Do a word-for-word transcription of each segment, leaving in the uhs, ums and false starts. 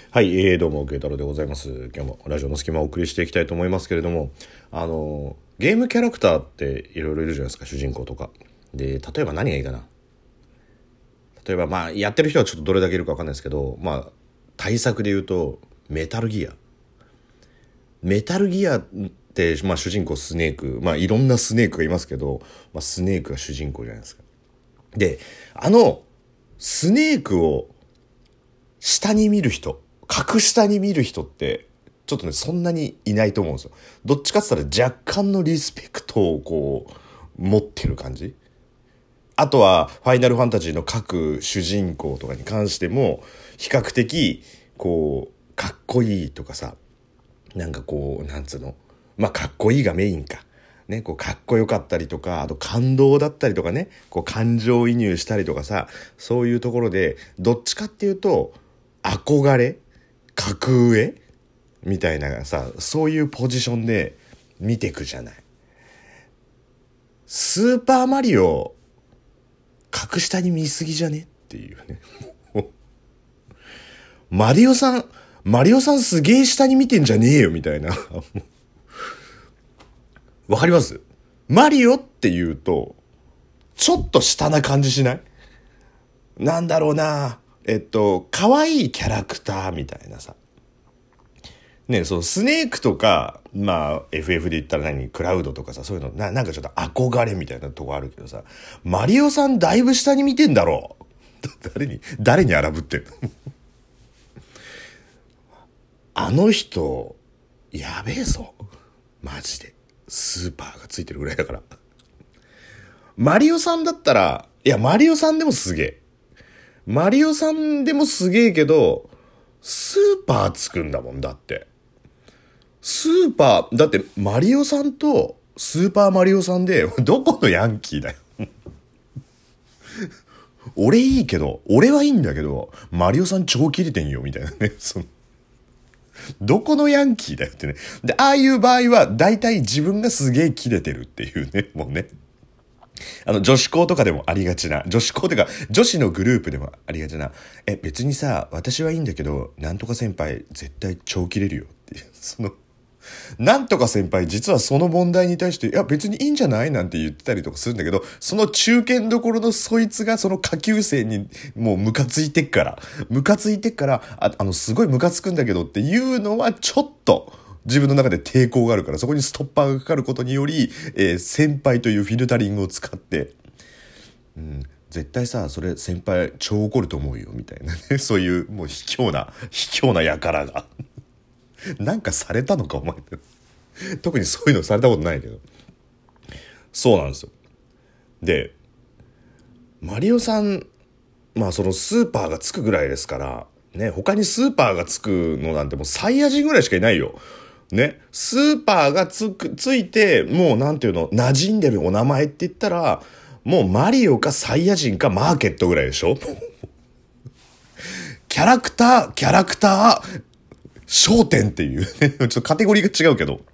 はい、えー、どうも慶太郎でございます。今日もラジオの隙間をお送りしていきたいと思いますけれども、あのゲームキャラクターっていろいろいるじゃないですか、主人公とかで。例えば何がいいかな。例えばまあやってる人はちょっとどれだけいるか分かんないですけど、まあ対策で言うとメタルギアメタルギアって、まあ、主人公スネーク、まあいろんなスネークがいますけど、まあ、スネークが主人公じゃないですか。で、あのスネークを下に見る人、格下に見る人ってちょっとねそんなにいないと思うんですよ。どっちかって言ったら若干のリスペクトをこう持ってる感じ。あとはファイナルファンタジーの各主人公とかに関しても比較的こうかっこいいとかさ、なんかこうなんつうの、まあかっこいいがメインかね、こうかっこよかったりとか、あと感動だったりとかね、こう感情移入したりとかさ、そういうところでどっちかっていうと憧れ、格上みたいなさ、そういうポジションで見てくじゃない。スーパーマリオ格下に見すぎじゃねっていうね。マリオさんマリオさんすげえ下に見てんじゃねえよみたいな。わかります？マリオって言うとちょっと下な感じしない？なんだろうな、えっと可愛いキャラクターみたいなさね、そのスネークとか、まあ エフエフ で言ったら何、クラウドとかさ、そういうの な, なんかちょっと憧れみたいなとこあるけどさ、マリオさんだいぶ下に見てんだろう。誰に誰に荒ぶってんの？あの人やべえぞマジで。スーパーがついてるぐらいだから。マリオさんだったら、いやマリオさんでもすげえマリオさんでもすげえけど、スーパーつくんだもん。だってスーパーだってマリオさんとスーパーマリオさんでどこのヤンキーだよ。俺いいけど、俺はいいんだけどマリオさん超キレてんよみたいなね。そのどこのヤンキーだよってね。で、ああいう場合は大体自分がすげえキレてるっていうね。もうね、あの女子校とかでもありがちな、女子校というか女子のグループでもありがちな、え別にさ私はいいんだけどなんとか先輩絶対超キレるよっていう、そのなんとか先輩実はその問題に対していや別にいいんじゃないなんて言ってたりとかするんだけど、その中堅どころのそいつがその下級生にもうムカついてっからムカついてっからああのすごいムカつくんだけどっていうのはちょっと自分の中で抵抗があるから、そこにストッパーがかかることにより、えー、先輩というフィルタリングを使って、うん、絶対さそれ先輩超怒ると思うよみたいなね。そういうもう卑怯な卑怯な輩がなんかされたのかお前って。特にそういうのされたことないけど、そうなんですよ。でマリオさん、まあそのスーパーがつくぐらいですからね、他にスーパーがつくのなんてもうサイヤ人ぐらいしかいないよね。スーパーがつくついてもうなんていうの馴染んでるお名前って言ったらもうマリオかサイヤ人かマーケットぐらいでしょ。キャラクターキャラクター焦点っていうちょっとカテゴリーが違うけど、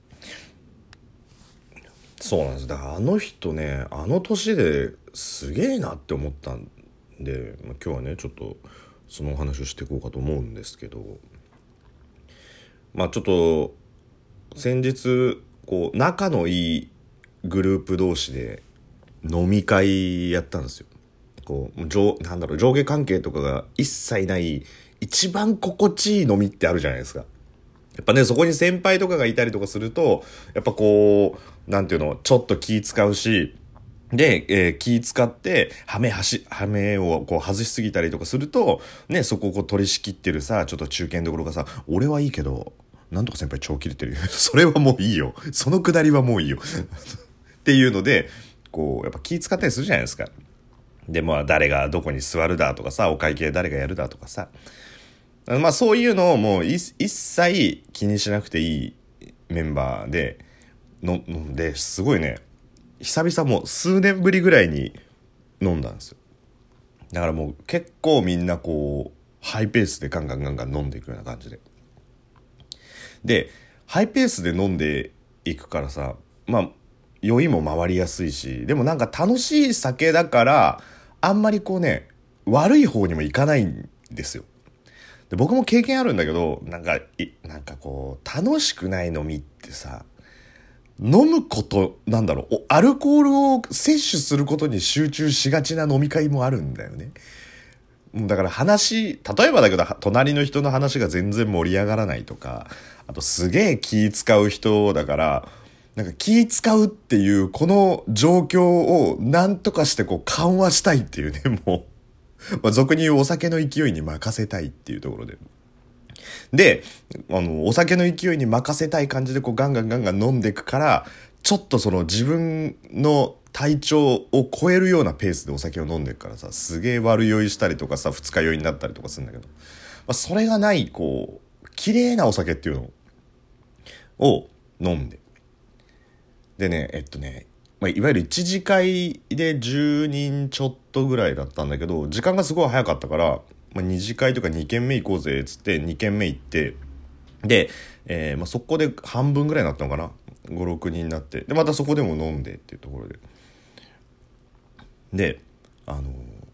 そうなんです。だからあの人ね、あの年ですげえなって思ったんで、まあ、今日はねちょっとそのお話をしていこうかと思うんですけど、まあちょっと先日こう仲のいいグループ同士で飲み会やったんですよ。こう上なんだろう上下関係とかが一切ない一番心地いい飲みってあるじゃないですか。やっぱねそこに先輩とかがいたりとかするとやっぱこうなんていうのちょっと気使うし、で、えー、気使ってハメはしハメをこう外しすぎたりとかするとね、そこをこう取り仕切ってるさちょっと中堅どころがさ、俺はいいけどなんとか先輩超キレてるよそれはもういいよ、そのくだりはもういいよっていうのでこうやっぱ気使ったりするじゃないですか。でまあ誰がどこに座るだとかさ、お会計誰がやるだとかさ、まあそういうのをもう一切気にしなくていいメンバーでの飲んで、すごいね久々もう数年ぶりぐらいに飲んだんですよ。だからもう結構みんなこうハイペースでガンガンガンガン飲んでいくような感じで、でハイペースで飲んでいくからさ、まあ酔いも回りやすいし、でもなんか楽しい酒だからあんまりこうね悪い方にもいかないんですよ。 で僕も経験あるんだけど、なんかいなんかこう楽しくない飲みってさ、飲むことなんだろう、アルコールを摂取することに集中しがちな飲み会もあるんだよね。だから話、例えばだけど隣の人の話が全然盛り上がらないとか、あとすげえ気使う人だから、なんか気使うっていうこの状況をなんとかしてこう緩和したいっていうね、もう、まあ、俗に言うお酒の勢いに任せたいっていうところで。で、あの、お酒の勢いに任せたい感じでこうガンガンガンガン飲んでいくから、ちょっとその自分の体調を超えるようなペースでお酒を飲んでいくからさ、すげえ悪酔いしたりとかさ、二日酔いになったりとかするんだけど、まあ、それがない、こう、綺麗なお酒っていうのを飲んで。でね、えっとね、まあ、いわゆる一次会でじゅうにんちょっとぐらいだったんだけど、時間がすごい早かったから、まあ、二次会とかに軒目行こうぜっつってに軒目行って、で、えーまあ、そこで半分ぐらいになったのかな、ご、ろくにんになって、でまたそこでも飲んでっていうところで、であのー、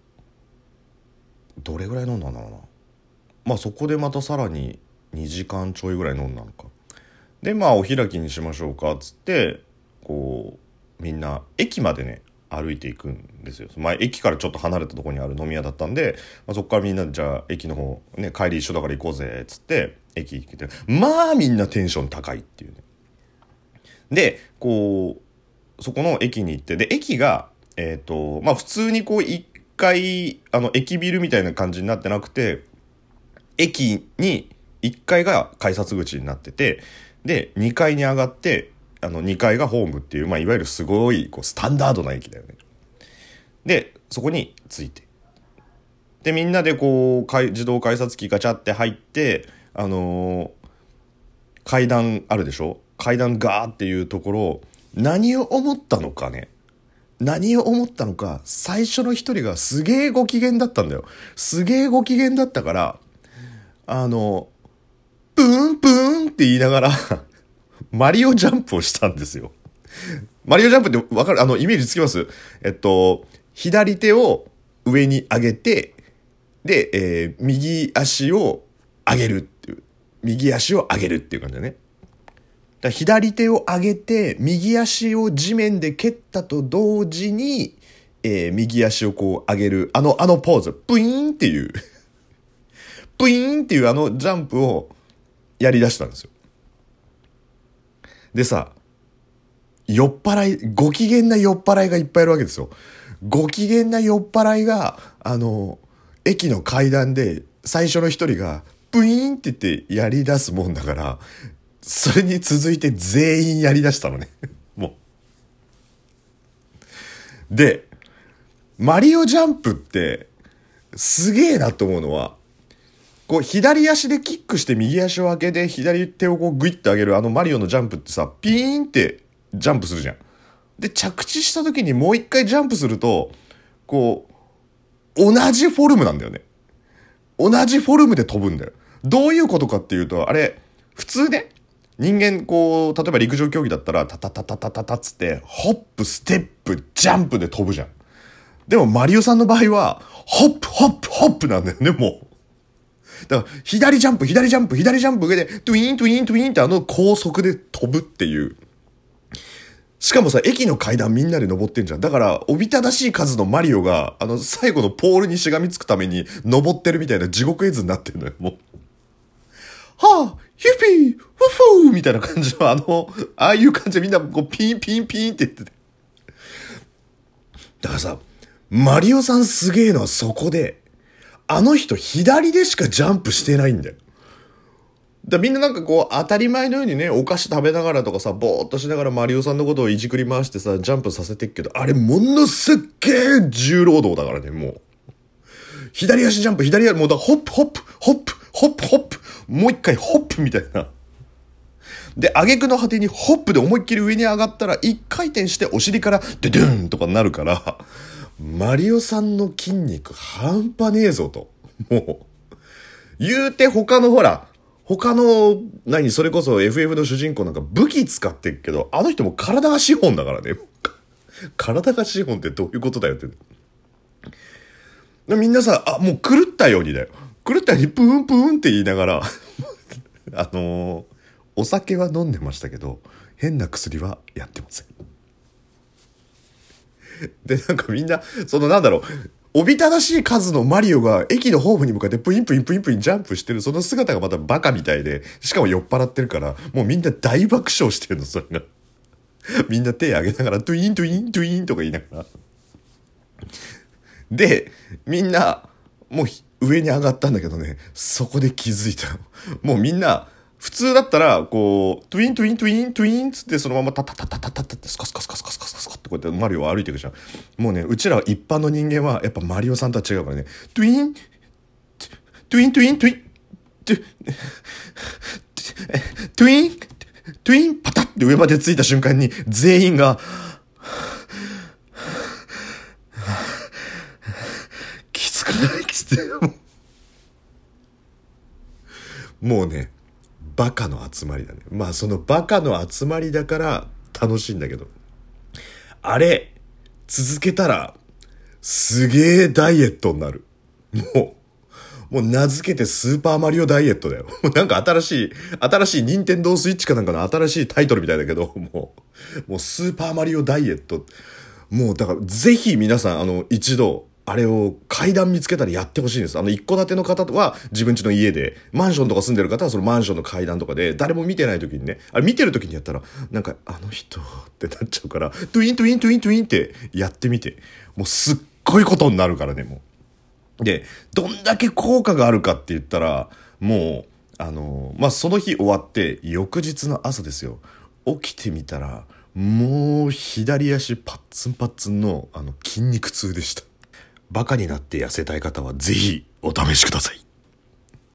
どれぐらい飲んだんだろうな、まあそこでまたさらににじかんちょいぐらい飲んだのかで、まあお開きにしましょうかっつって、こうみんな駅までね歩いていくんですよ。前駅からちょっと離れたところにある飲み屋だったんで、まあ、そこからみんなでじゃあ駅の方ね、帰り一緒だから行こうぜっつって駅行って、まあみんなテンション高いっていうね。でこうそこの駅に行って、で駅がえっとまあ普通にこう一階、あの駅ビルみたいな感じになってなくて、駅にいっかいが改札口になってて、でにかいに上がって、あのにかいがホームっていう、まあ、いわゆるすごいこうスタンダードな駅だよね。でそこに着いて、でみんなでこう自動改札機ガチャって入って、あのー、階段あるでしょ、階段ガーっていうところ、何を思ったのかね、何を思ったのか、最初の一人がすげえご機嫌だったんだよ。すげえご機嫌だったから、あのプーンプーンって言いながらマリオジャンプをしたんですよ。マリオジャンプってわかる？あの、イメージつきます？えっと、左手を上に上げて、で、えー、右足を上げるっていう。右足を上げるっていう感じだね。だ左手を上げて、右足を地面で蹴ったと同時に、えー、右足をこう上げる。あの、あのポーズ。プイーンっていう。プイーンっていうあのジャンプをやり出したんですよ。でさ、酔っ払い、ご機嫌な酔っ払いがいっぱいいるわけですよ。ご機嫌な酔っ払いが、あの、駅の階段で最初の一人がプイーンって言ってやり出すもんだから、それに続いて全員やり出したのね。もう。で、マリオジャンプってすげえなと思うのは、こう左足でキックして右足を上げて左手をこうグイッと上げるあのマリオのジャンプってさ、ピーンってジャンプするじゃん。で着地した時にもう一回ジャンプすると、こう同じフォルムなんだよね。同じフォルムで飛ぶんだよ。どういうことかっていうと、あれ普通ね、人間こう例えば陸上競技だったらタタタタタタタっつってホップステップジャンプで飛ぶじゃん。でもマリオさんの場合はホップホップホップなんだよね。もうだから左ジャンプ左ジャンプ左ジャンプ上でトゥイーントゥイーントゥイーンってあの高速で飛ぶっていう。しかもさ、駅の階段みんなで登ってんじゃん。だからおびただしい数のマリオがあの最後のポールにしがみつくために登ってるみたいな地獄絵図になってるのよ。もうはあヒュッピーフォフォーみたいな感じのあのああいう感じでみんなこうピンピンピンって言ってて、だからさ、マリオさんすげえのはそこで、あの人左でしかジャンプしてないんだよ。だみんななんかこう当たり前のようにね、お菓子食べながらとかさ、ぼーっとしながらマリオさんのことをいじくり回してさ、ジャンプさせてっけど、あれものすっげー重労働だからね、もう。左足ジャンプ、左足、もうだホップホップ、ホップ、ホップホップ、もう一回ホップみたいな。で、挙句の果てにホップで思いっきり上に上がったら、一回転してお尻からドゥドゥーンとかになるから、マリオさんの筋肉半端ねえぞと。もう、言うて他のほら、他の、何、それこそ エフエフ の主人公なんか武器使ってっけど、あの人も体が資本だからね。体が資本ってどういうことだよって。みんなさ、あ、もう狂ったようにだよ。 狂ったようにプーンプーンって言いながらあのー、お酒は飲んでましたけど変な薬はやってません。でなんかみんなそのなんだろう、おびただしい数のマリオが駅のホームに向かってプインプインプインプインジャンプしてるその姿がまたバカみたいで、しかも酔っ払ってるからもうみんな大爆笑してるの。それがみんな手挙げながらトゥイントゥイントゥインとか言いながらでみんなもう上に上がったんだけどね、そこで気づいた。もうみんな普通だったらこうトゥイントゥイントゥイントゥインつってそのままタタタタタタタってスカスカスカスカスカスカスカってこうやってマリオを歩いていくじゃん。もうねうちら一般の人間はやっぱマリオさんとは違うからね、トゥイントゥイントゥイントゥイントゥトゥイントゥインパタッって上までついた瞬間に全員がきつくないきつってもうねバカの集まりだね。まあそのバカの集まりだから楽しいんだけど、あれ続けたらすげえダイエットになる。もうもう名付けてスーパーマリオダイエットだよ。もうなんか新しい新しいニンテンドースイッチかなんかの新しいタイトルみたいだけど、もうもうスーパーマリオダイエット、もうだからぜひ皆さんあの一度あれを階段見つけたらやってほしいんです。あの一戸建ての方は自分家の家で、マンションとか住んでる方はそのマンションの階段とかで誰も見てない時にね、あれ見てる時にやったらなんかあの人ってなっちゃうから、トゥイントゥイントゥイントゥインってやってみて、もうすっごいことになるからね。もうでどんだけ効果があるかって言ったら、もうあのまあその日終わって翌日の朝ですよ、起きてみたらもう左足パッツンパッツンのあの筋肉痛でした。バカになって痩せたい方はぜひお試しください。